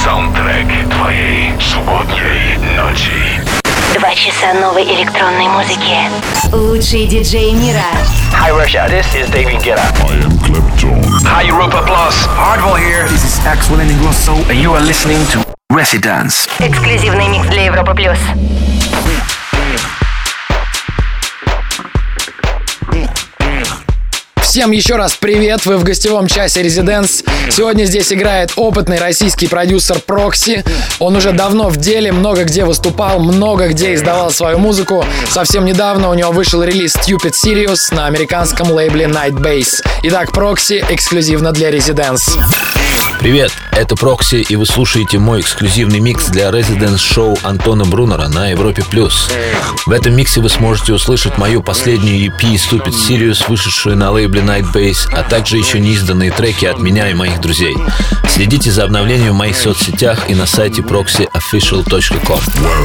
Саундтрек твоей субботней ночи. 2 часа новой электронной музыки. Лучшие диджеи мира. Hi Russia, this is David Guetta. I am Clapton. Hi Europa Plus. Hardwell here. This is Axel Ingrosso, And you are listening to Residence. Эксклюзивный микс для Европы плюс. Всем еще раз привет, вы в гостевом часе Residence. Сегодня здесь играет опытный российский продюсер Прокси. Он уже давно в деле, много где выступал, много где издавал свою музыку. Совсем недавно у него вышел релиз Stupid Serious на американском лейбле Night Base. Итак, Прокси эксклюзивно для Residence. Привет, это Прокси, и вы слушаете мой эксклюзивный микс для резиденс-шоу Антона Брунера на Европе+. В этом миксе вы сможете услышать мою последнюю EP Stupid Serious, вышедшую на лейбле Night Base, а также еще неизданные треки от меня и моих друзей. Следите за обновлением в моих соцсетях и на сайте proxyofficial.com.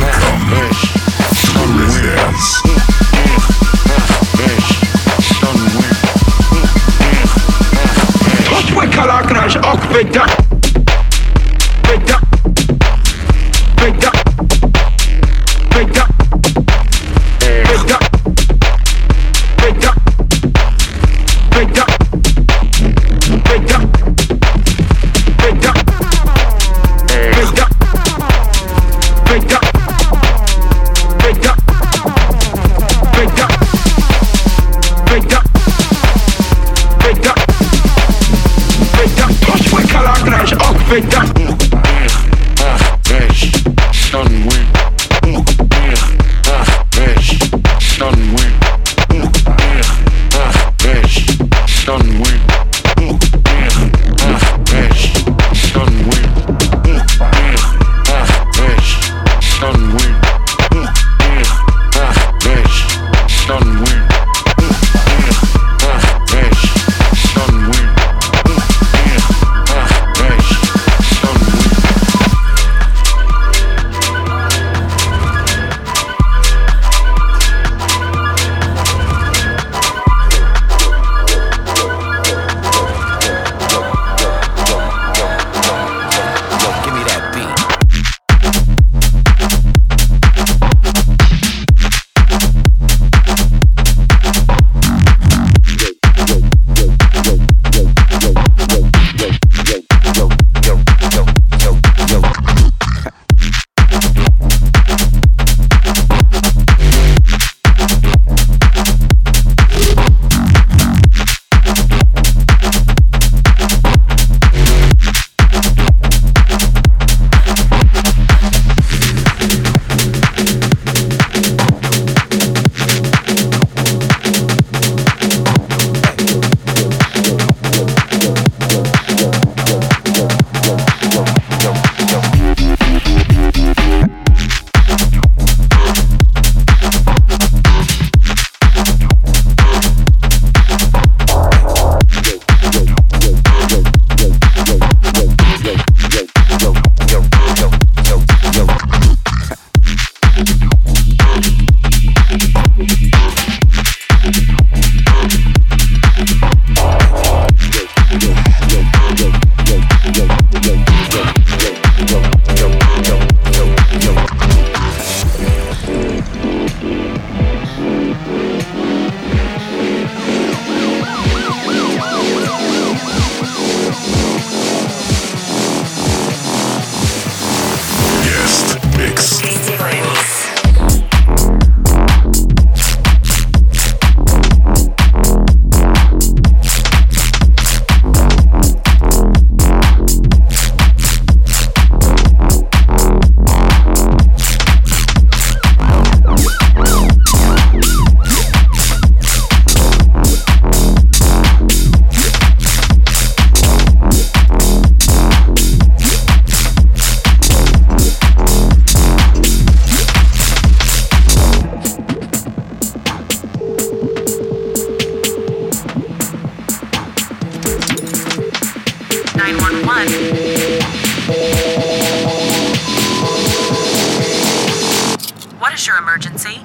What is your emergency?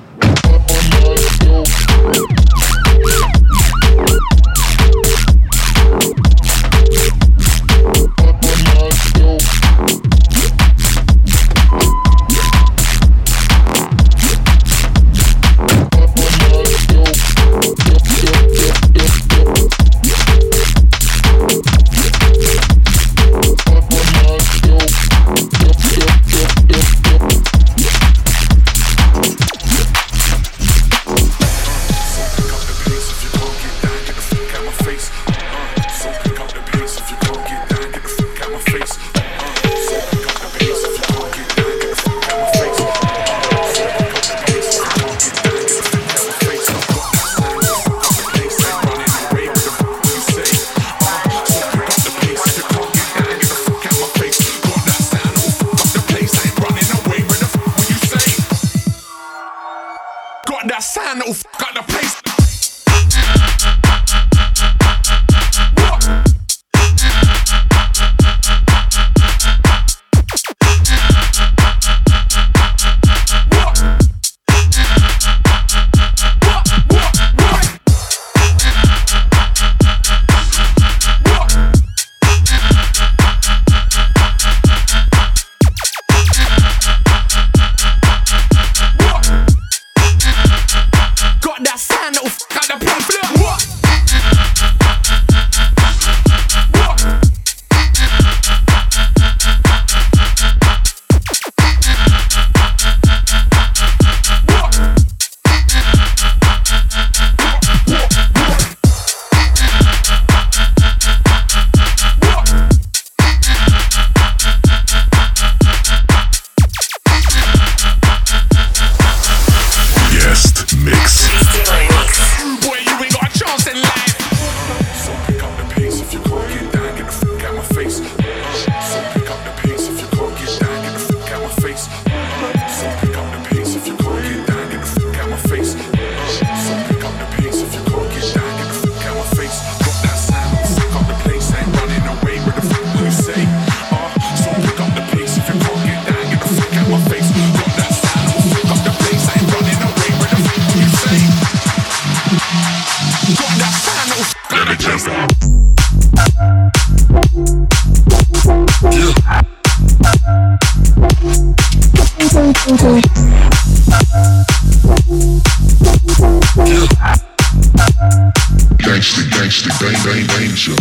Gangsta, gangsta, bang, bang, danger.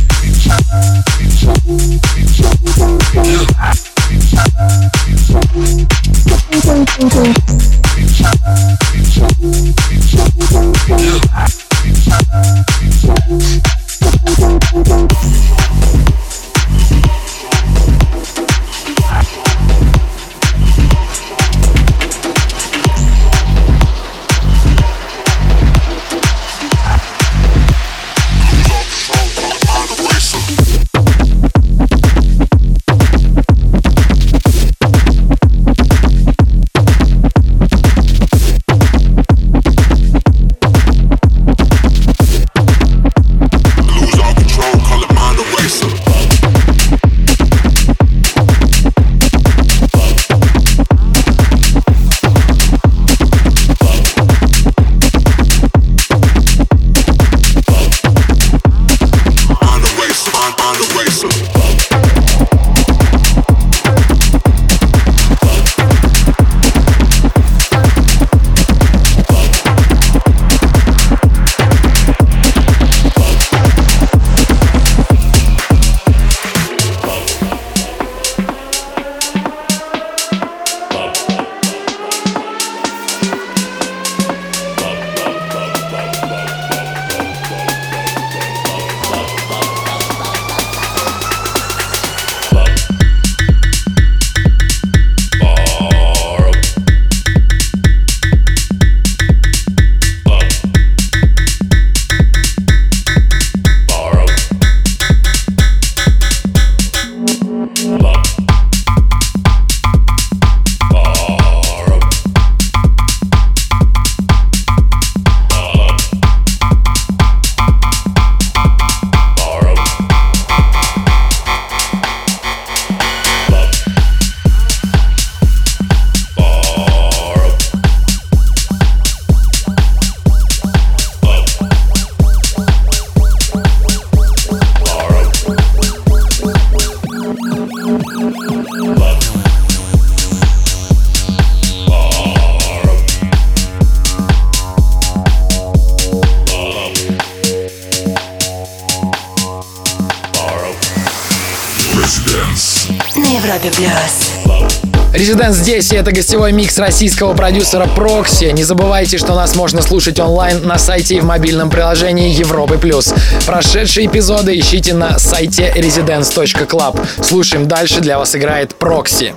Резиденс здесь, и это гостевой микс российского продюсера Прокси. Не забывайте, что нас можно слушать онлайн на сайте и в мобильном приложении Европы+. Прошедшие эпизоды ищите на сайте residence.club. Слушаем дальше, для вас играет Прокси.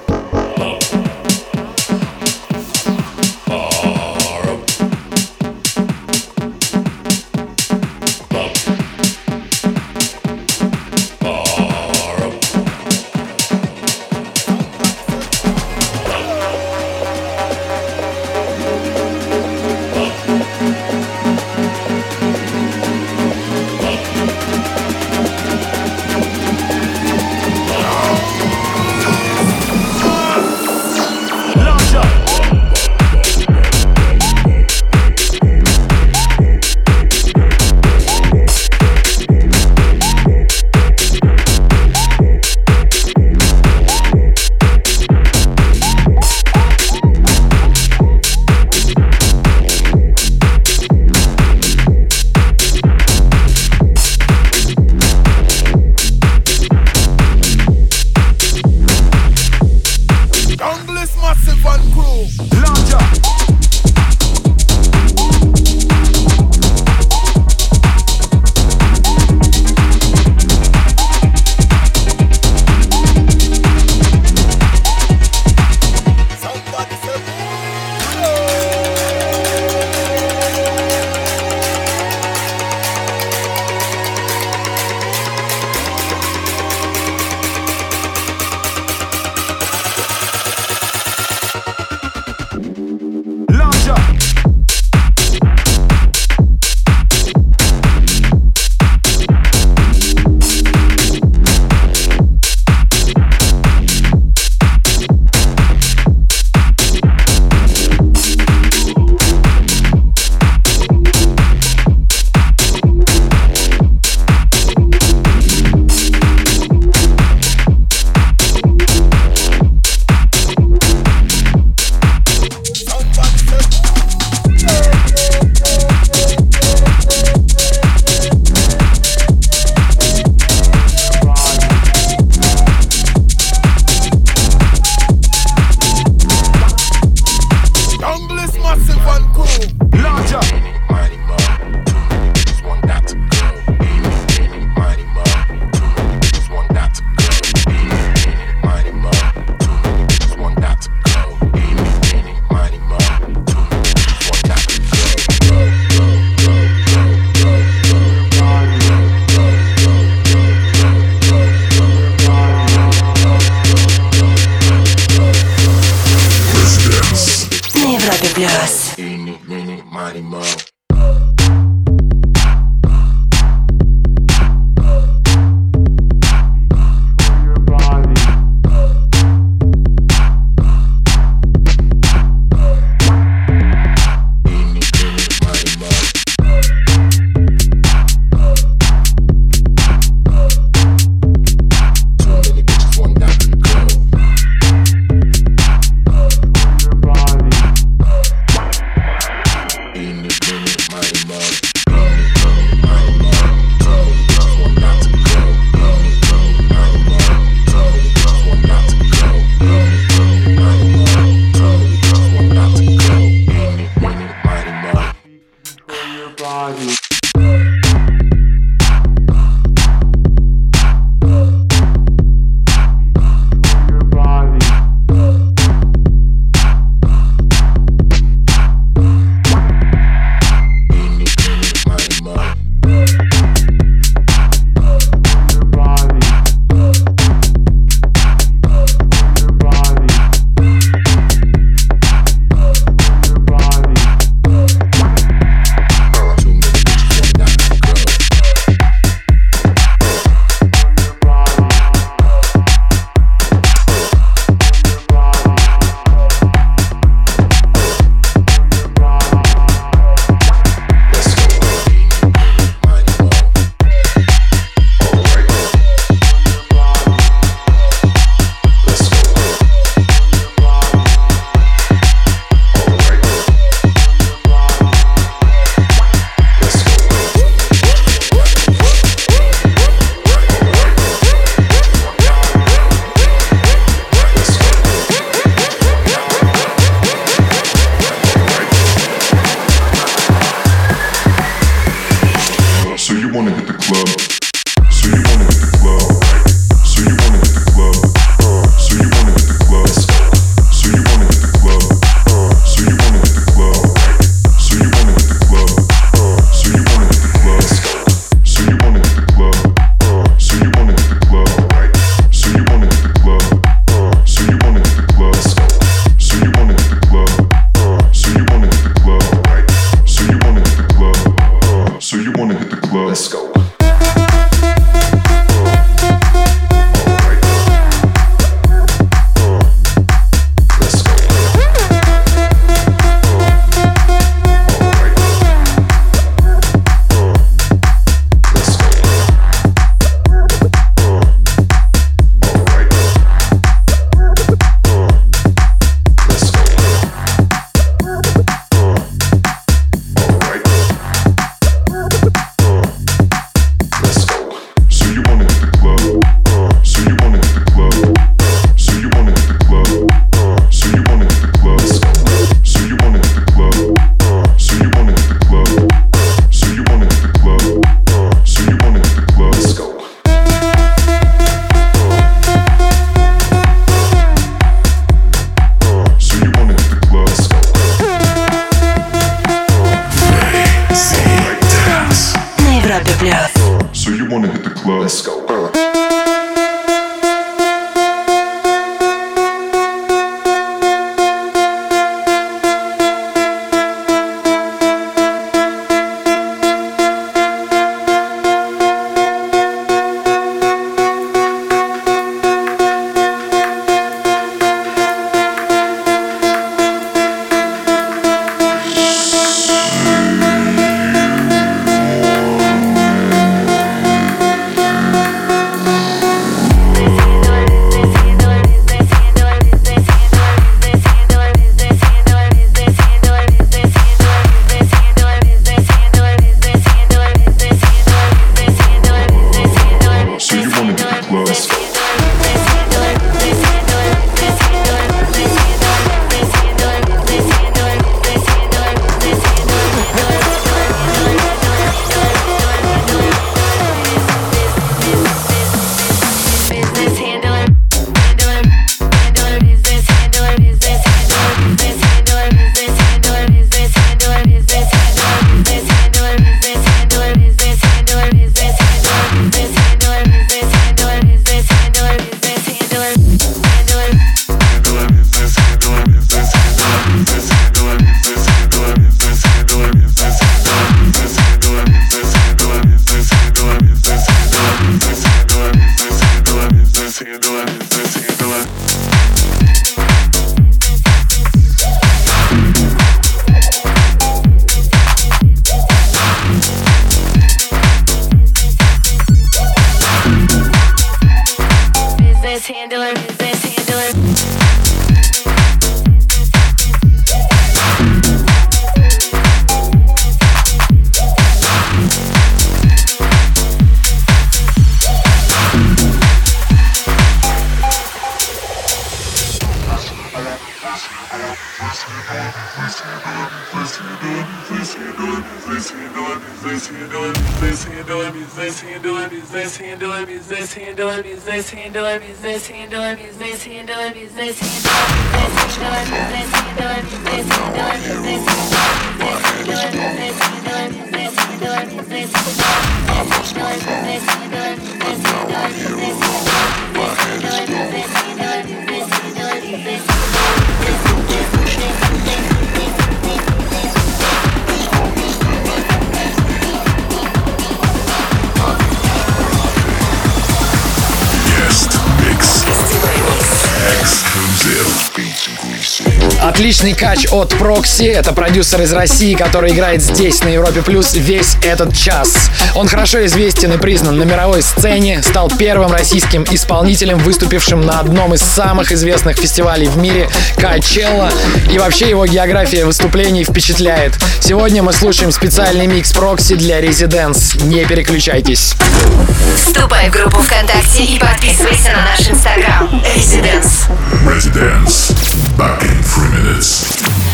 Отличный кач от Прокси. Это продюсер из России, который играет здесь, на Европе Плюс, весь этот час. Он хорошо известен и признан на мировой сцене, стал первым российским исполнителем, выступившим на одном из самых известных фестивалей в мире Coachella. И вообще его география выступлений впечатляет. Сегодня мы слушаем специальный микс Прокси для Residence. Не переключайтесь. Вступай в группу ВКонтакте и подписывайся на наш инстаграм. Residence. Back in 3 minutes.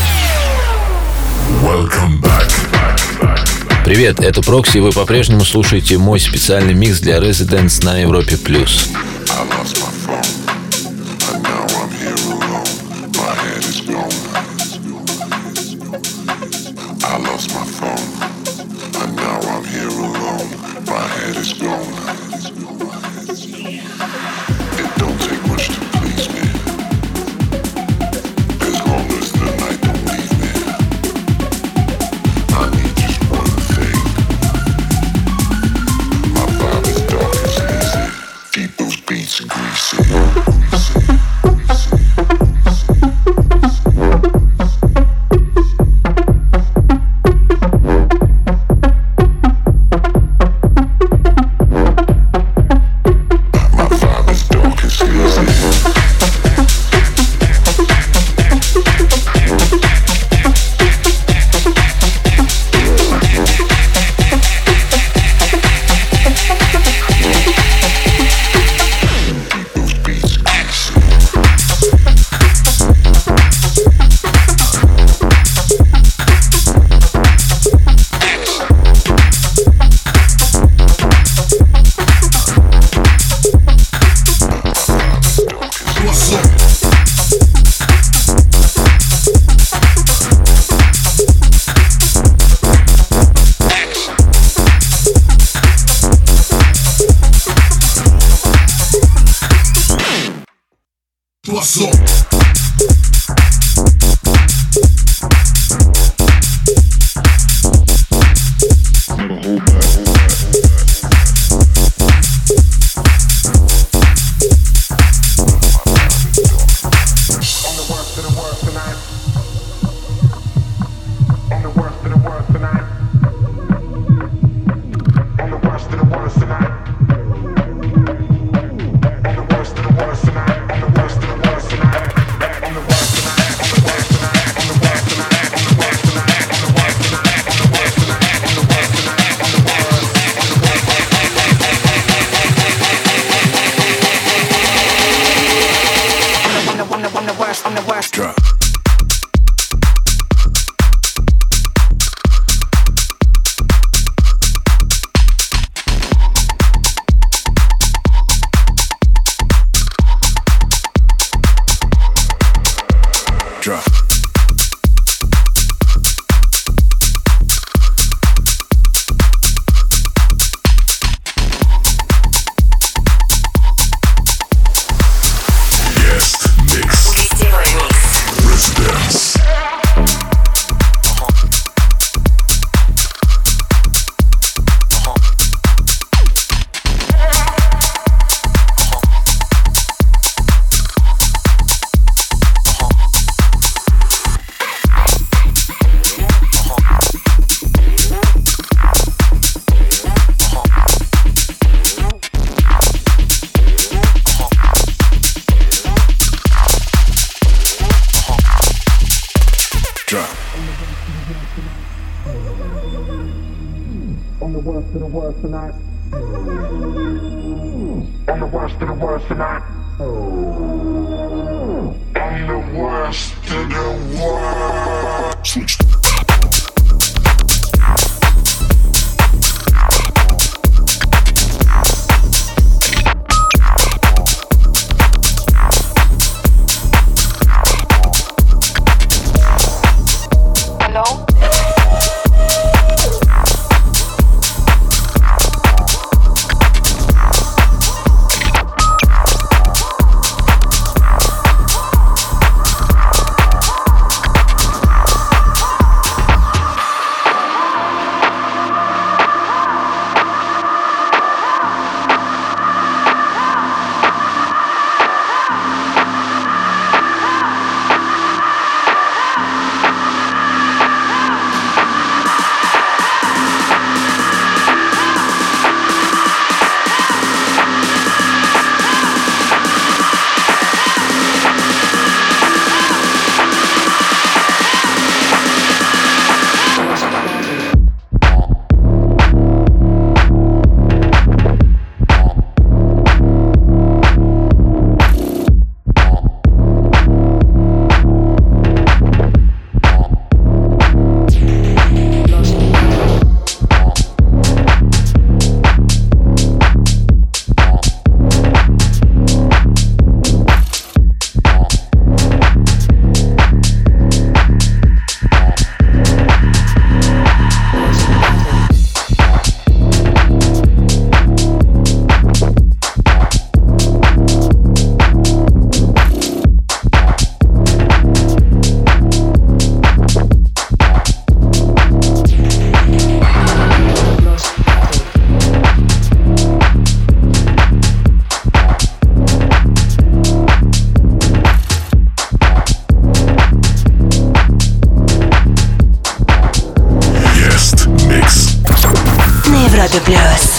Welcome back. Привет, это Прокси, и вы по-прежнему слушаете мой специальный микс для Residence на Европе+. the worst of the worst tonight. On the worst of the worst tonight. On the worst of the worst. Switch. Плюс.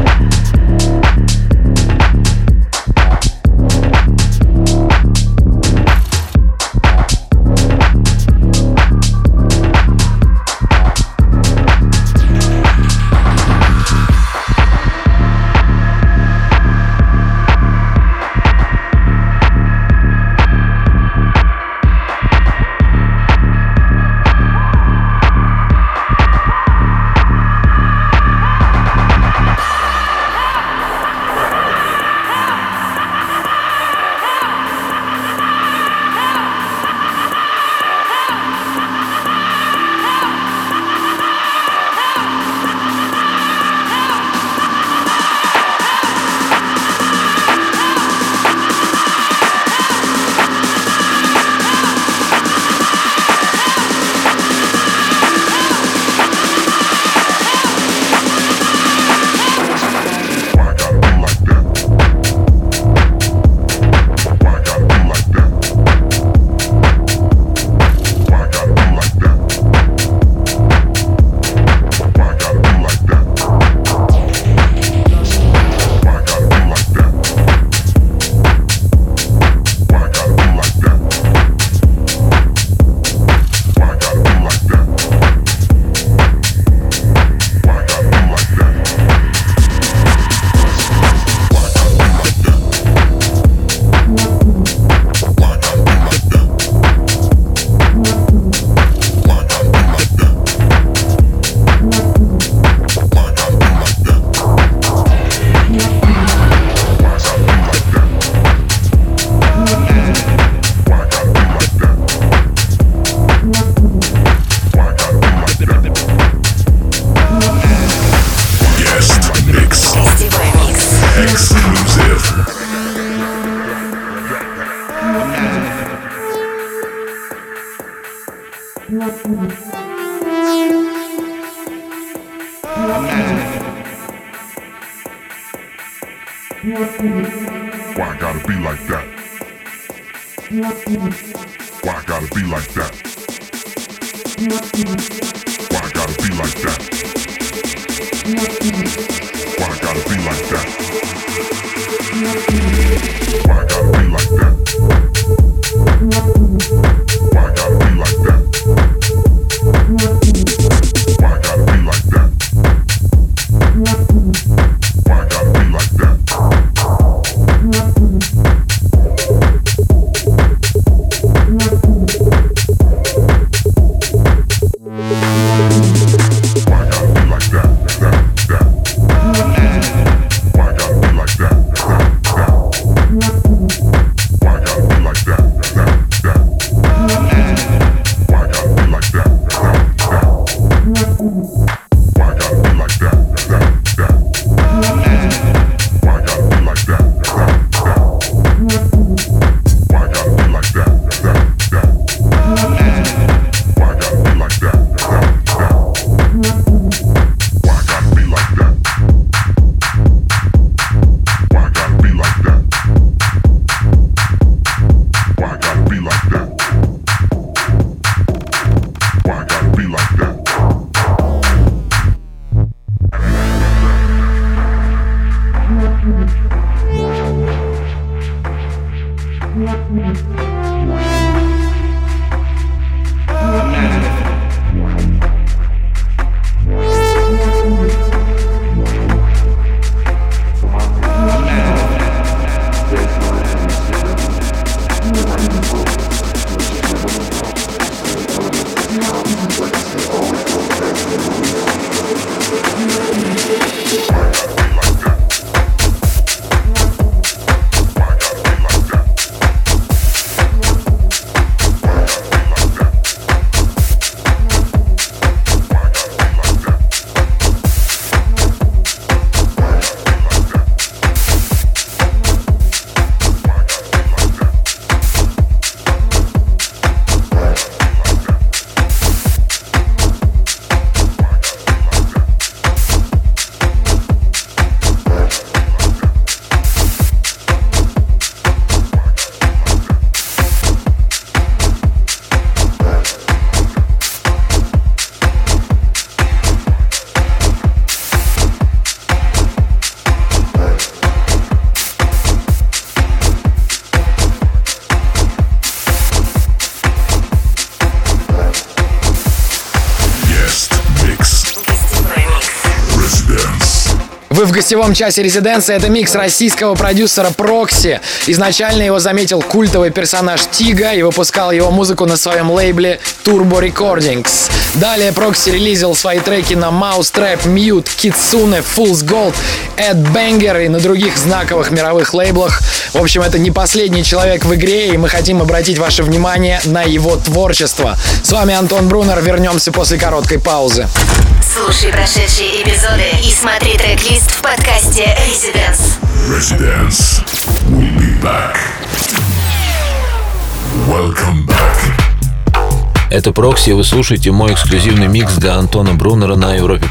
Why I gotta be like that? Why I gotta be like that? Why I gotta be like that? Why I gotta be like that? Why I gotta be like that? Why I gotta be like that? Why I gotta be like that? Вы в гостевом часе резиденции. Это микс российского продюсера Прокси. Изначально его заметил культовый персонаж Тига и выпускал его музыку на своем лейбле Turbo Recordings. Далее Прокси релизил свои треки на Mousetrap, Mute, Kitsune, Fool's Gold, Ed Banger и на других знаковых мировых лейблах. В общем, это не последний человек в игре, и мы хотим обратить ваше внимание на его творчество. С вами Антон Брунер. Вернемся после короткой паузы. Слушай прошедшие эпизоды и смотри трек-лист в подкасте Residence. Residence. We'll be back. Welcome back. Это Прокси, и вы слушаете мой эксклюзивный микс для Антона Брунера на Европе+.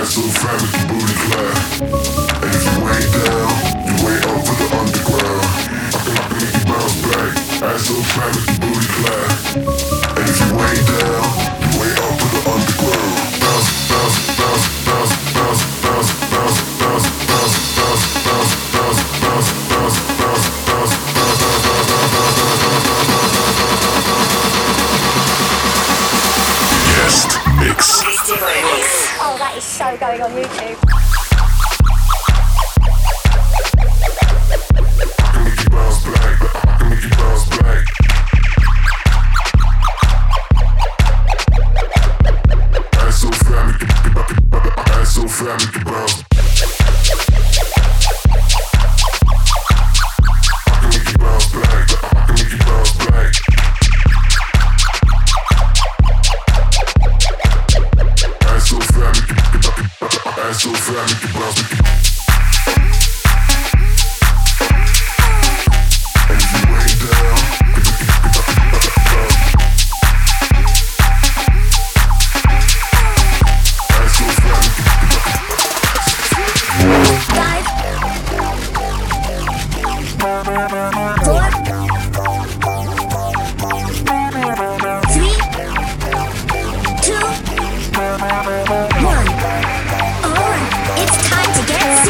Ass so fat, make your booty clap. And if you way down, you way up for the underground. I can make you bounce back. Ass so fat, make your booty clap. And if you way down, you way up for the underground. Bounce, bounce, bounce, bounce, bounce, bounce, bounce, bounce, bounce, bounce, bounce, bounce, bounce, bounce, bounce, bounce, Guest mix. Oh, that is so going on YouTube. I can make you bounce back. I can make you bounce back. Ass so fat, make you ass so fat, make you bounce. I can make you bounce back. I can make you bounce back. Ass so fat, make you ass so fat, make you bounce. And if you way down, ass so fat, make you. Five, 4, 3, 2, 1. Alright, it's time to get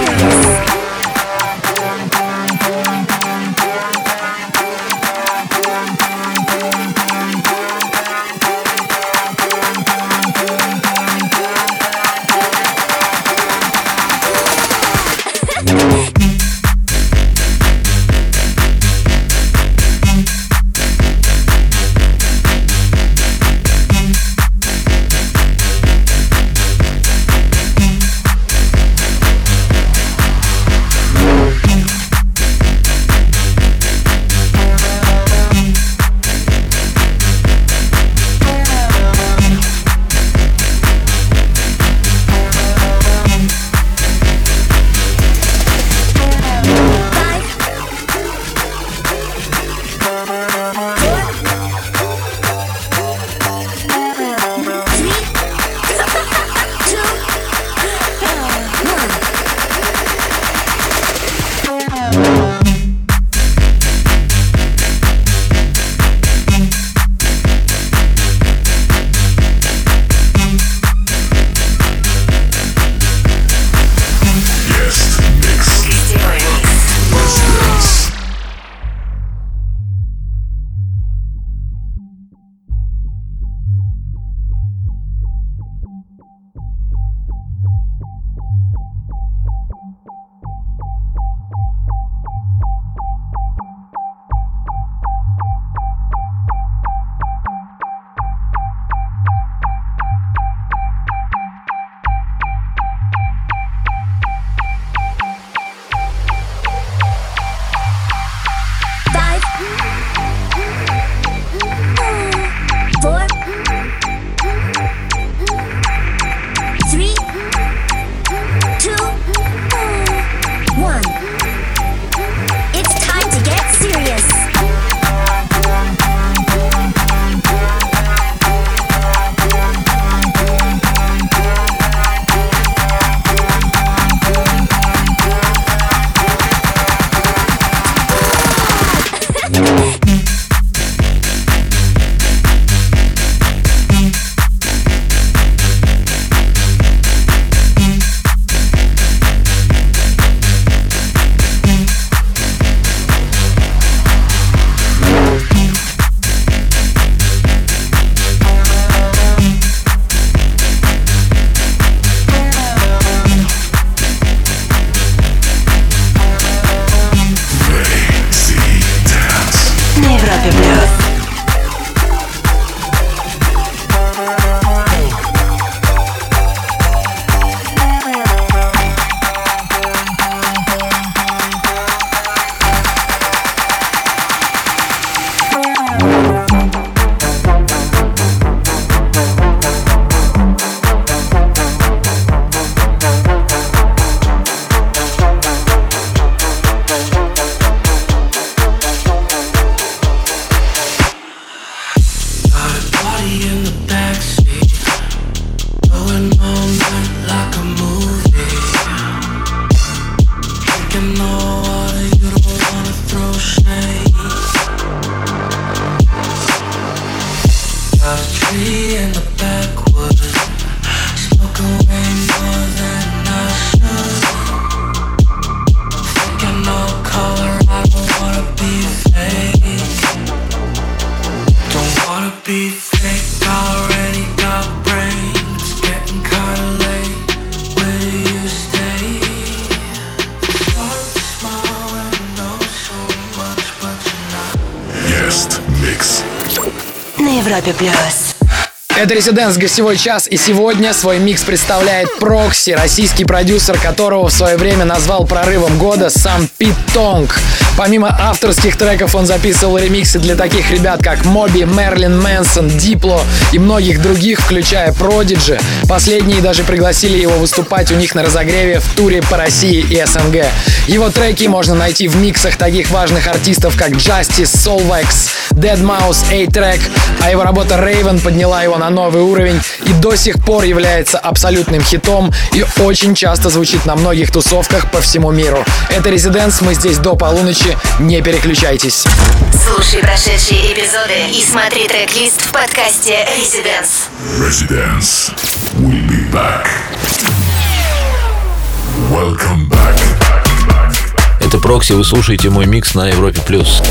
Европе плюс. Это Residence гостевой час, и сегодня свой микс представляет Proxy, российский продюсер, которого в свое время назвал прорывом года сам Пит Тонг. Помимо авторских треков он записывал ремиксы для таких ребят, как Моби, Мерлин Мэнсон, Дипло и многих других, включая Prodigy. Последние даже пригласили его выступать у них на разогреве в туре по России и СНГ. Его треки можно найти в миксах таких важных артистов, как Justice, Solvex, Deadmau5, A-Track, а его работа Raven подняла его на новый уровень и до сих пор является абсолютным хитом и очень часто звучит на многих тусовках по всему миру. Это Residence, мы здесь до полуночи, не переключайтесь. Слушай прошедшие эпизоды и смотри трек-лист в подкасте Residence. Residence. We'll be back. Welcome back. Это Прокси, вы слушаете мой микс на Европе+.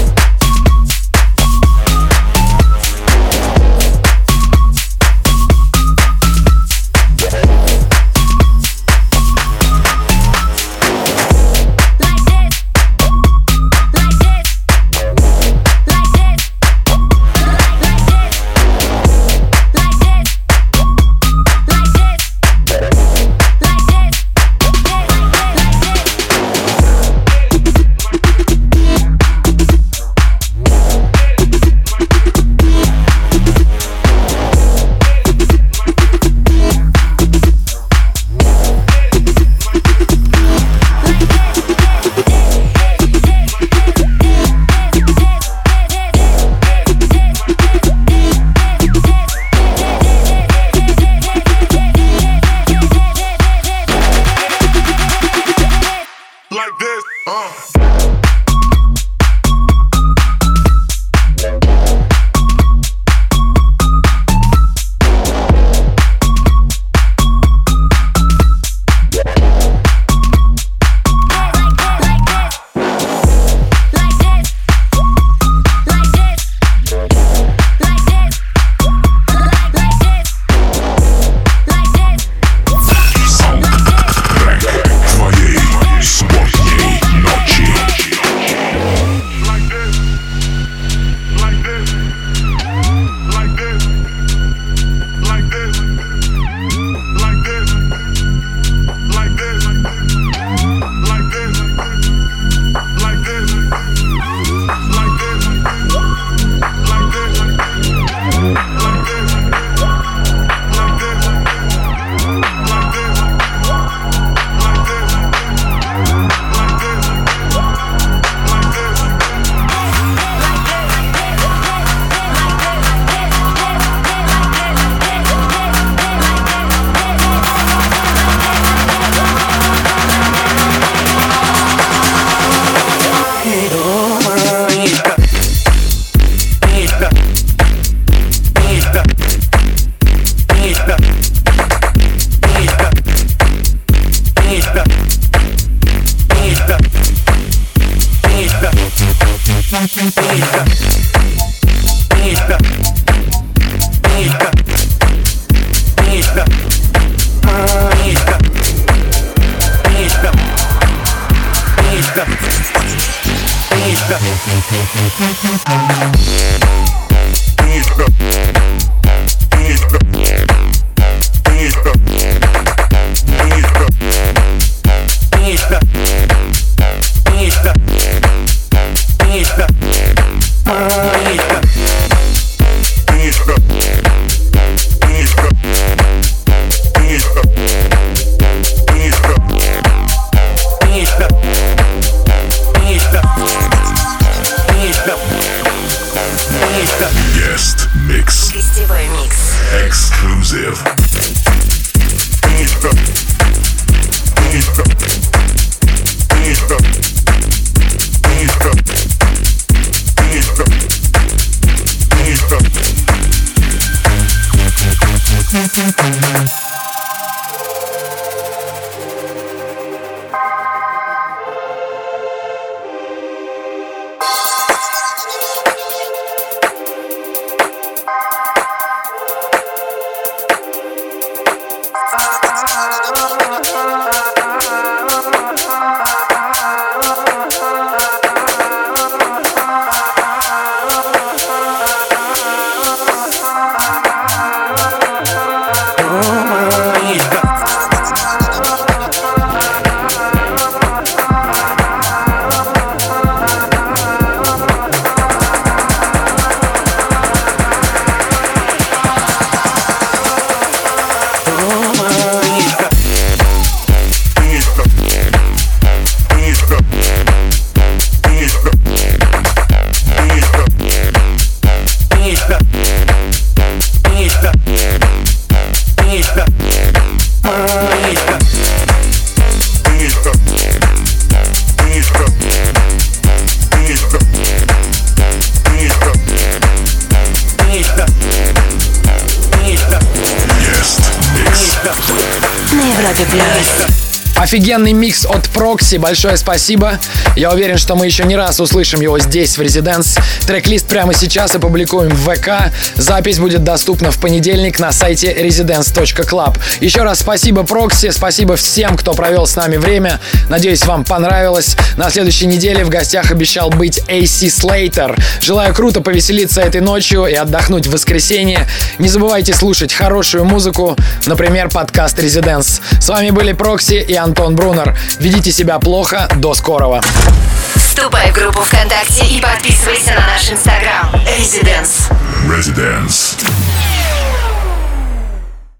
Guest mix. Гостевой микс. Exclusive. Европе плюс. Офигенный микс от Прокси, большое спасибо. Я уверен, что мы еще не раз услышим его здесь, в Residence. Трек-лист прямо сейчас опубликуем в ВК. Запись будет доступна в понедельник на сайте residence.club. Еще раз спасибо Прокси, спасибо всем, кто провел с нами время. Надеюсь, вам понравилось. На следующей неделе в гостях обещал быть AC Slater. Желаю круто повеселиться этой ночью и отдохнуть в воскресенье. Не забывайте слушать хорошую музыку, например, подкаст Residence. С вами были Прокси и Антон Брунер. Ведите себя плохо. До скорого. Вступай в группу ВКонтакте и подписывайся на наш Инстаграм. Residence. Residence.